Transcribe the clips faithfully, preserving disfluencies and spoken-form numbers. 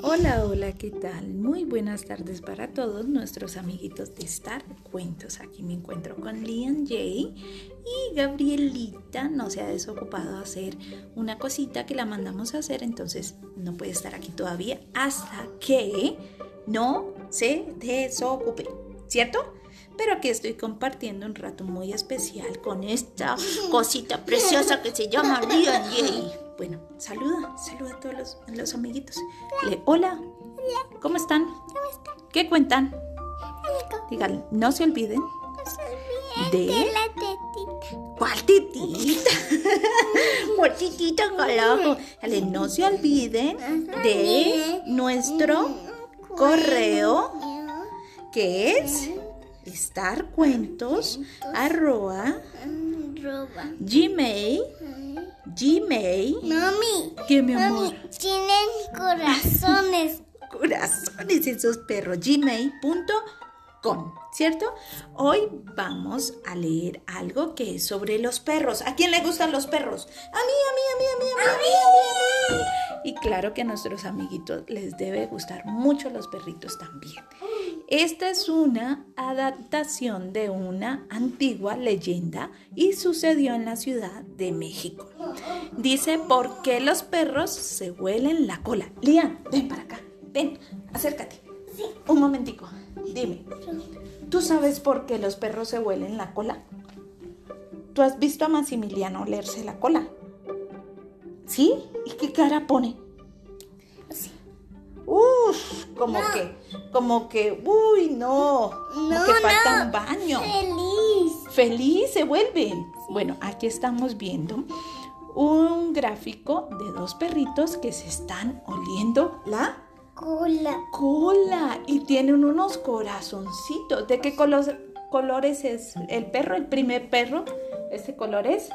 Hola, hola, ¿qué tal? Muy buenas tardes para todos nuestros amiguitos de Star Cuentos. Aquí me encuentro con Lian Jay y Gabrielita no se ha desocupado de hacer una cosita que la mandamos a hacer, entonces no puede estar aquí todavía hasta que no se desocupe, ¿cierto? Pero aquí estoy compartiendo un rato muy especial con esta cosita preciosa que se llama Lian Jay. Bueno, saluda, saluda a todos los, los amiguitos. Le, hola. Hola. ¿Cómo están? ¿Cómo están? ¿Qué cuentan? Algo. Díganle, no se olviden. No se olviden ¿De? de la tetita. ¿Cuál titita? ¿Cuál titita, carajo? Dale, no se olviden de nuestro correo, que es starcuentos arroba Roba. gmail gmail Mami. ¿Qué, mi amor? Mami, tienen corazones. Corazones esos perros, gmail punto com, ¿cierto? Hoy vamos a leer algo que es sobre los perros. ¿A quién le gustan los perros? A mí, a mí, a mí, a mí, a mí, a mí, a mí, a mí. Y claro que a nuestros amiguitos les debe gustar mucho los perritos también. Esta es una adaptación de una antigua leyenda y sucedió en la Ciudad de México. Dice, ¿por qué los perros se huelen la cola? Lian, ven para acá, ven, acércate. Sí. Un momentico, dime, ¿tú sabes por qué los perros se huelen la cola? ¿Tú has visto a Maximiliano olerse la cola? ¿Sí? ¿Y qué cara pone? Sí. Uf, como No. que, como que, uy, no, como No, que falta no. un baño. Feliz. Feliz se vuelven. Bueno, aquí estamos viendo un gráfico de dos perritos que se están oliendo la Cola. cola y tienen unos corazoncitos. ¿De qué color, colores es el perro? El primer perro. ¿Este color es?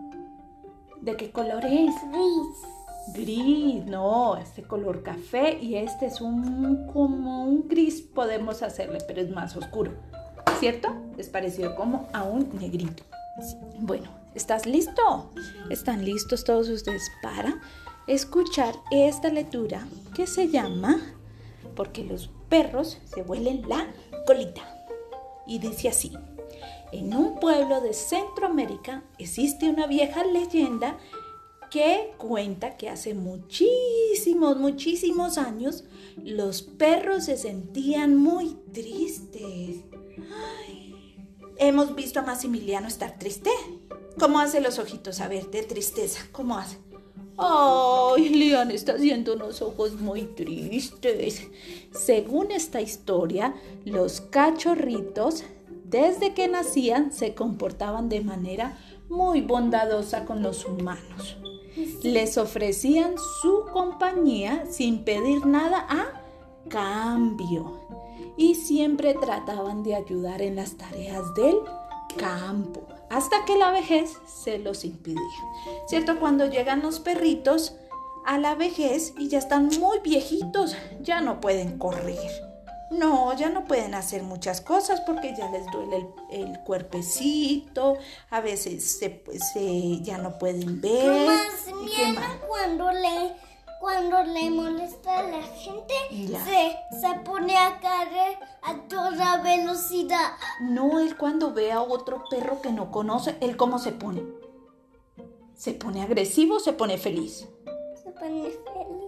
¿De qué color es? Gris. Gris, no, este color café y este es un como un gris podemos hacerle, pero es más oscuro, ¿cierto? Es parecido como a un negrito. Bueno, ¿estás listo? ¿Están listos todos ustedes para escuchar esta lectura que se llama ¿Por qué los perros se huelen la colita? Y dice así: en un pueblo de Centroamérica existe una vieja leyenda que cuenta que hace muchísimos, muchísimos años los perros se sentían muy tristes. Ay, ¿hemos visto a Maximiliano estar triste? ¿Cómo hace los ojitos? A ver, de tristeza, ¿cómo hace? Ay, Lian está haciendo unos ojos muy tristes. Según esta historia, los cachorritos, desde que nacían, se comportaban de manera muy bondadosa con los humanos. Les ofrecían su compañía sin pedir nada a cambio y siempre trataban de ayudar en las tareas del campo hasta que la vejez se los impidía. ¿Cierto? Cuando llegan los perritos a la vejez y ya están muy viejitos, ya no pueden correr. No, ya no pueden hacer muchas cosas porque ya les duele el, el cuerpecito, a veces se, pues, se, ya no pueden ver. Más bien cuando le, cuando le molesta a la gente, se, se pone a correr a toda velocidad. No, él cuando ve a otro perro que no conoce, ¿él cómo se pone? ¿Se pone agresivo o se pone feliz? Se pone feliz.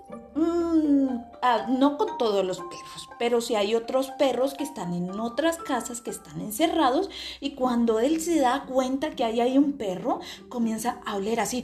Mm, ah, no con todos los perros, pero sí hay otros perros que están en otras casas, que están encerrados, y cuando él se da cuenta que ahí hay un perro, comienza a oler así,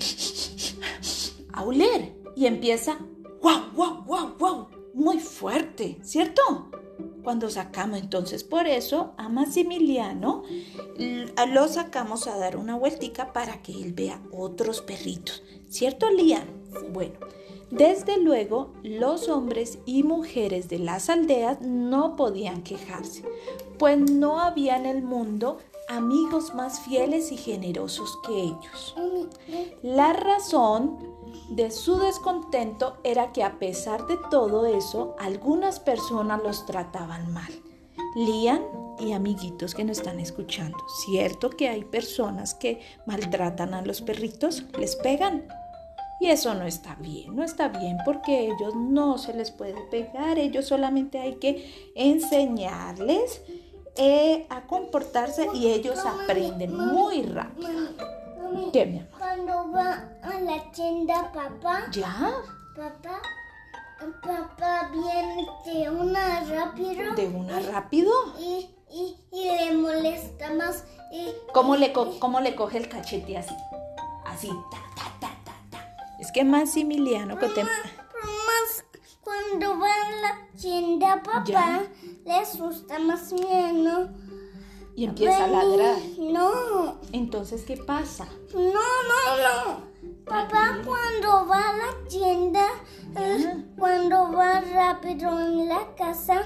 a oler, y empieza, guau, guau, guau, guau, muy fuerte, ¿cierto? Cuando sacamos entonces, por eso a Maximiliano lo sacamos a dar una vueltica para que él vea otros perritos, ¿cierto, Lian? Bueno, desde luego los hombres y mujeres de las aldeas no podían quejarse, pues no había en el mundo amigos más fieles y generosos que ellos. La razón de su descontento era que a pesar de todo eso, algunas personas los trataban mal. Lian y amiguitos que nos están escuchando, ¿cierto que hay personas que maltratan a los perritos? ¿Les pegan? Y eso no está bien, no está bien porque ellos no se les puede pegar, ellos solamente hay que enseñarles eh, a comportarse y ellos aprenden muy rápido. Mami, ¿Qué, mi amor? cuando va a la tienda papá, ¿Ya? papá, papá viene de una rápido. ¿De una rápido? Y, y, y le molesta más. Y, ¿Cómo le, co- cómo le coge el cachete así? Así, ta, ta, ta, ta, ta. Es que Maximiliano que te... Más, más cuando va a la tienda papá, ¿Ya? le asusta más miedo. Y empieza a ladrar. No, Entonces, ¿qué pasa? no, no, no. Papá cuando va a la tienda, eh, cuando va rápido en la casa,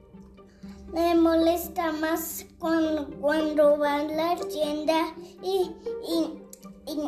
me molesta más cuando, cuando va a la tienda y, y, y,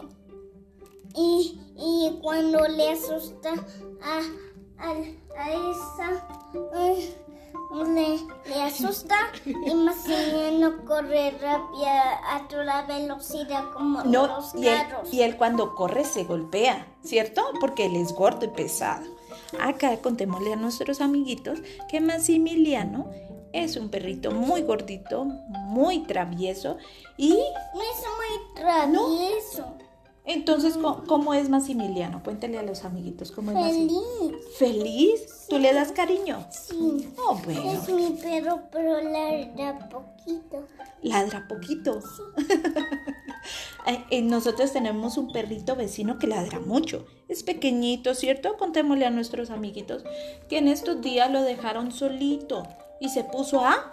y, y cuando le asusta a, a, a esa, eh, le, le asusta y más no corre rápido a toda velocidad como No, los y él, carros. y él cuando corre se golpea, ¿cierto? Porque él es gordo y pesado. Acá contémosle a nuestros amiguitos que Maximiliano es un perrito muy gordito, muy travieso y No es muy travieso. entonces, ¿cómo, cómo es Maximiliano? Cuéntale a los amiguitos cómo es Maximiliano. Feliz. ¿Feliz? ¿Tú le das cariño? Sí. Oh, bueno. Es mi perro, pero ladra poquito. Ladra poquito. Eh, eh, Nosotros tenemos un perrito vecino que ladra mucho. Es pequeñito, ¿cierto? Contémosle a nuestros amiguitos que en estos días lo dejaron solito y se puso a,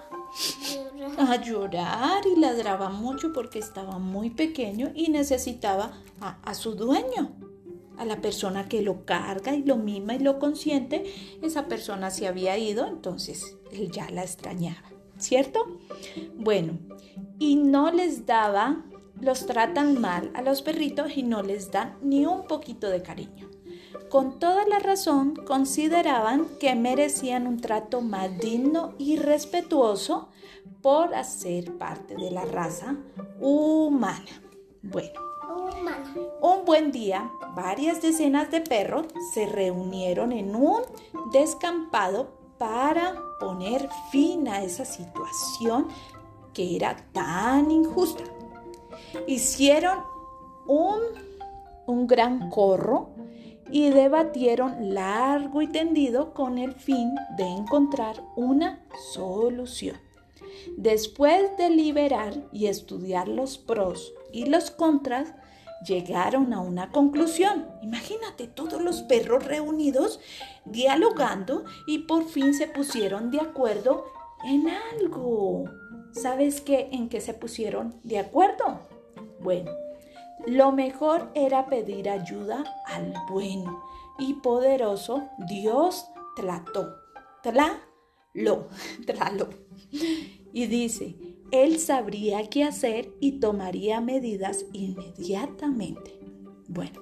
a llorar y ladraba mucho porque estaba muy pequeño y necesitaba a, a su dueño, a la persona que lo carga y lo mima y lo consiente. Esa persona se había ido, entonces él ya la extrañaba, ¿cierto? Bueno, y no les daba, los tratan mal a los perritos y no les dan ni un poquito de cariño. Con toda la razón, consideraban que merecían un trato más digno y respetuoso por hacer parte de la raza humana. Bueno, Humana. un buen día, varias decenas de perros se reunieron en un descampado para poner fin a esa situación que era tan injusta. Hicieron un, un gran corro y debatieron largo y tendido con el fin de encontrar una solución. Después de deliberar y estudiar los pros y los contras, llegaron a una conclusión. Imagínate, todos los perros reunidos, dialogando y por fin se pusieron de acuerdo en algo. ¿Sabes qué? ¿En qué se pusieron de acuerdo? Bueno, lo mejor era pedir ayuda al bueno y poderoso Dios Tlató. Tlalo, Tlalo. Y dice, él sabría qué hacer y tomaría medidas inmediatamente. Bueno,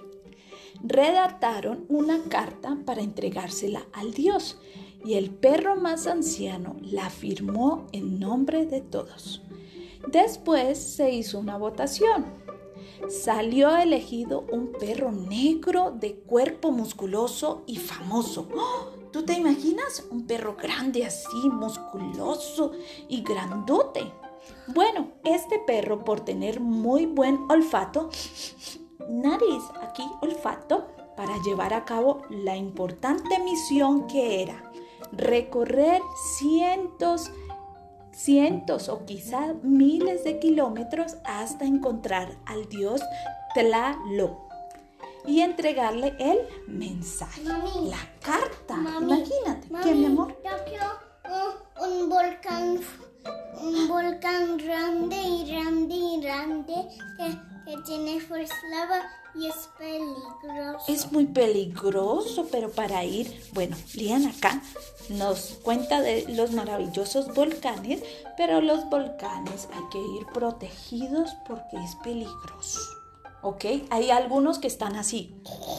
redactaron una carta para entregársela al Dios y el perro más anciano la firmó en nombre de todos. Después se hizo una votación. Salió elegido un perro negro de cuerpo musculoso y famoso. ¡Oh! ¿Tú te imaginas? Un perro grande así, musculoso y grandote. Bueno, este perro, por tener muy buen olfato, nariz, aquí olfato, para llevar a cabo la importante misión que era recorrer cientos, cientos o quizá miles de kilómetros hasta encontrar al dios Tlaloc y entregarle el mensaje, Mami, la carta. mami, Imagínate, mami, ¿qué, mi amor? Yo quiero un, un volcán, un volcán grande y grande y grande que, que tiene fuerza lava y es peligroso. Es muy peligroso, pero para ir, bueno, Lian acá nos cuenta de los maravillosos volcanes, pero los volcanes hay que ir protegidos porque es peligroso, ¿ok? Hay algunos que están así,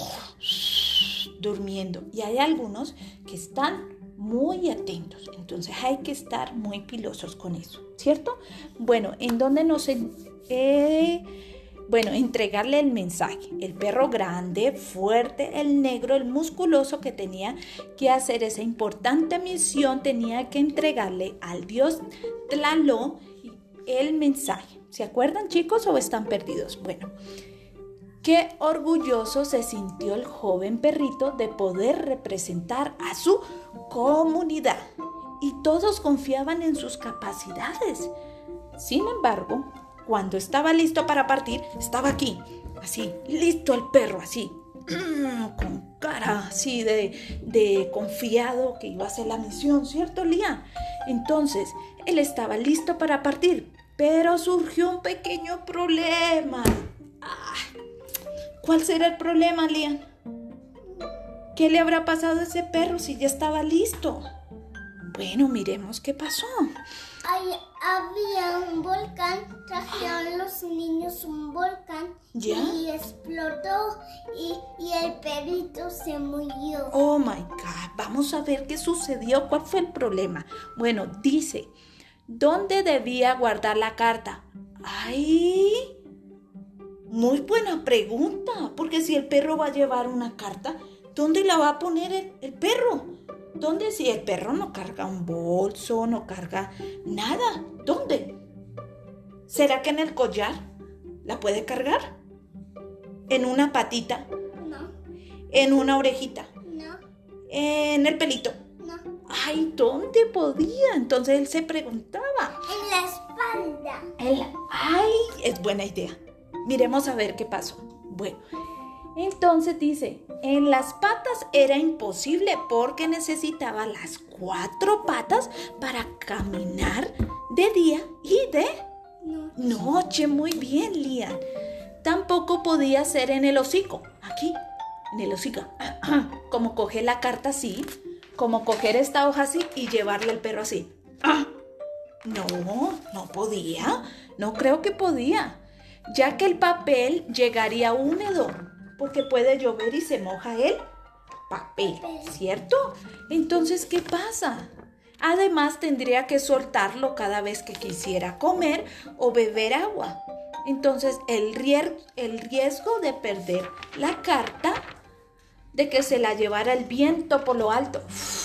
durmiendo, y hay algunos que están muy atentos, entonces hay que estar muy pilosos con eso, ¿cierto? Bueno, en donde nos... Eh, Bueno, entregarle el mensaje. El perro grande, fuerte, el negro, el musculoso que tenía que hacer esa importante misión, tenía que entregarle al dios Tlaloc el mensaje. ¿Se acuerdan, chicos, o están perdidos? Bueno, qué orgulloso se sintió el joven perrito de poder representar a su comunidad. Y todos confiaban en sus capacidades. Sin embargo, cuando estaba listo para partir, estaba aquí, así, listo el perro, así, con cara así de, de confiado que iba a hacer la misión, ¿cierto, Lian? Entonces, él estaba listo para partir, pero surgió un pequeño problema. Ah, ¿cuál será el problema, Lian? ¿Qué le habrá pasado a ese perro si ya estaba listo? Bueno, miremos qué pasó. Ahí había un volcán, trajeron los niños un volcán. ¿Ya? Y explotó y, y el perrito se murió. Oh my God, vamos a ver qué sucedió, cuál fue el problema. Bueno, dice, ¿dónde debía guardar la carta? ¡Ay! Muy buena pregunta, porque si el perro va a llevar una carta, ¿dónde la va a poner el, el perro? ¿Dónde? Si el perro no carga un bolso, no carga nada. ¿Dónde? ¿Será que en el collar la puede cargar? ¿En una patita? No. ¿En una orejita? No. ¿En el pelito? No. Ay, ¿dónde podía? Entonces él se preguntaba. En la espalda. En la... Ay, es buena idea. Miremos a ver qué pasó. Bueno, entonces dice, en las patas era imposible porque necesitaba las cuatro patas para caminar de día y de No. noche. Muy bien, Lian. Tampoco podía ser en el hocico. Aquí, en el hocico. Como coger la carta así, como coger esta hoja así y llevarle al perro así. No, no podía. No creo que podía, ya que el papel llegaría húmedo. Porque puede llover y se moja el papel, ¿cierto? Entonces, ¿qué pasa? Además, tendría que soltarlo cada vez que quisiera comer o beber agua. Entonces, el, rier- el riesgo de perder la carta, de que se la llevara el viento por lo alto.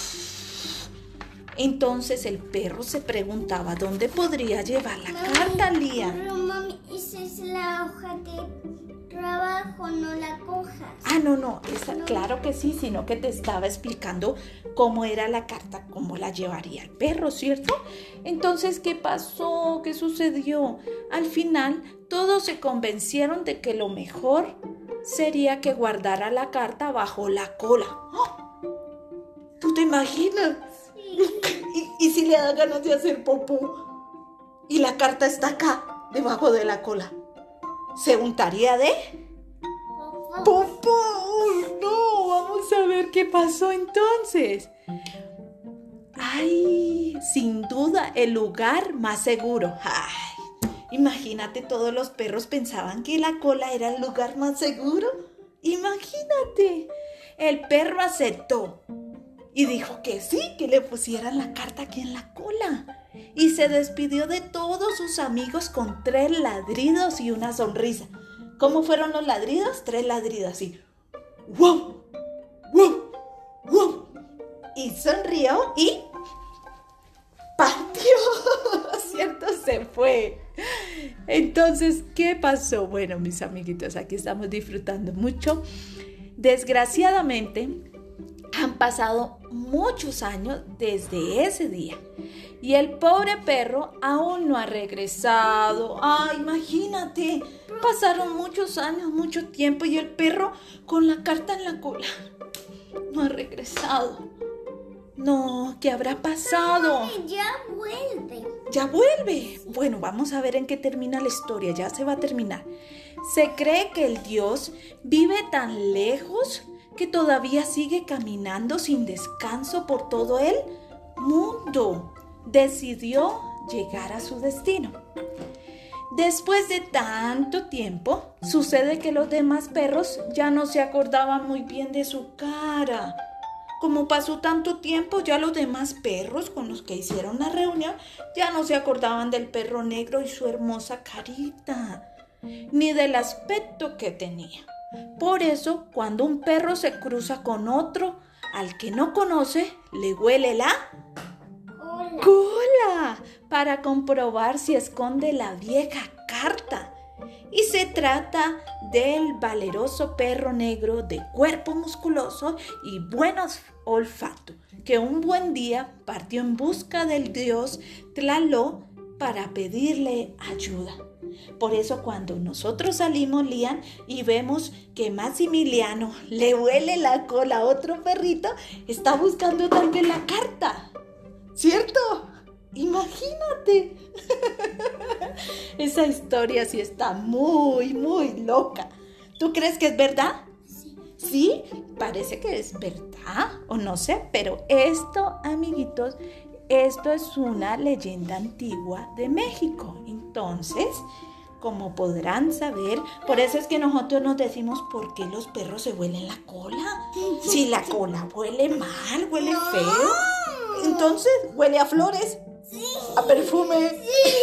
Entonces, el perro se preguntaba dónde podría llevar la Mami, carta, Lian. Pero mami, esa es la hoja de trabajo, no la cojas. Ah, no, no, esa, No. claro que sí, sino que te estaba explicando cómo era la carta, cómo la llevaría el perro, ¿cierto? Entonces, ¿qué pasó? ¿Qué sucedió? Al final, todos se convencieron de que lo mejor sería que guardara la carta bajo la cola. ¡Oh! ¿Tú te imaginas? Sí. ¿Y, y si le da ganas de hacer popó y la carta está acá, debajo de la cola? ¿Se untaría de popó? ¡Uy, no! Vamos a ver qué pasó entonces. ¡Ay! Sin duda, el lugar más seguro. ¡Ay! Imagínate, todos los perros pensaban que la cola era el lugar más seguro. Imagínate. El perro aceptó y dijo que sí, que le pusieran la carta aquí en la cola. Y se despidió de todos sus amigos con tres ladridos y una sonrisa. ¿Cómo fueron los ladridos? Tres ladridos así. ¡Wow! ¡Wow! ¡Wow! Y sonrió y partió. ¿Cierto? Se fue. Entonces, ¿qué pasó? Bueno, mis amiguitos, aquí estamos disfrutando mucho. Desgraciadamente, han pasado muchos años desde ese día y el pobre perro aún no ha regresado. ¡Ay, imagínate! Pasaron muchos años, mucho tiempo y el perro con la carta en la cola no ha regresado. No, ¿qué habrá pasado? Mami, ya vuelve. ¡Ya vuelve! Bueno, vamos a ver en qué termina la historia. Ya se va a terminar. Se cree que el dios vive tan lejos que todavía sigue caminando sin descanso por todo el mundo. Decidió llegar a su destino. Después de tanto tiempo, sucede que los demás perros ya no se acordaban muy bien de su cara. Como pasó tanto tiempo, ya los demás perros con los que hicieron la reunión ya no se acordaban del perro negro y su hermosa carita. ni del aspecto que tenía. Por eso, cuando un perro se cruza con otro al que no conoce, le huele la Hola. cola para comprobar si esconde la vieja carta. Y se trata del valeroso perro negro de cuerpo musculoso y buen olfato, que un buen día partió en busca del dios Tlaloc para pedirle ayuda. Por eso cuando nosotros salimos, Lian, y vemos que Maximiliano le huele la cola a otro perrito, está buscando tal vez la carta, ¿cierto? Imagínate. Esa historia sí está muy, muy loca. ¿Tú crees que es verdad? Sí. Sí, parece que es verdad, o no sé, pero esto, amiguitos, esto es una leyenda antigua de México. Entonces, como podrán saber, por eso es que nosotros nos decimos por qué los perros se huelen la cola. Si la cola huele mal, huele No. feo, entonces huele a flores, Sí. a perfume. Sí.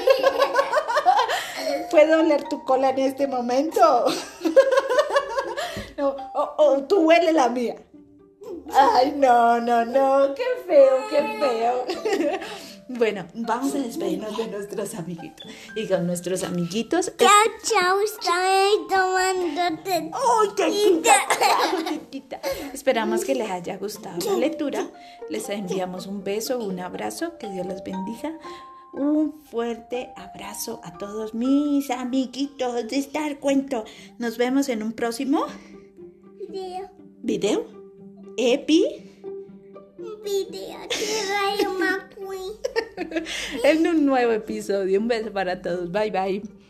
¿Puedo oler tu cola en este momento? No, o, o tú huele la mía. Ay, no, no, no, qué feo, qué feo. Bueno, vamos a despedirnos de nuestros amiguitos. Y con nuestros amiguitos... Chao, chao, estoy tomándote. ¡Ay, chiquita! Chiquita. Esperamos que les haya gustado la lectura. Les enviamos un beso, un abrazo. Que Dios los bendiga. Un fuerte abrazo a todos mis amiguitos de Star Cuento. Nos vemos en un próximo Video. video. Epi. Video de Rayo McQueen. En un nuevo episodio. Un beso para todos. Bye, bye.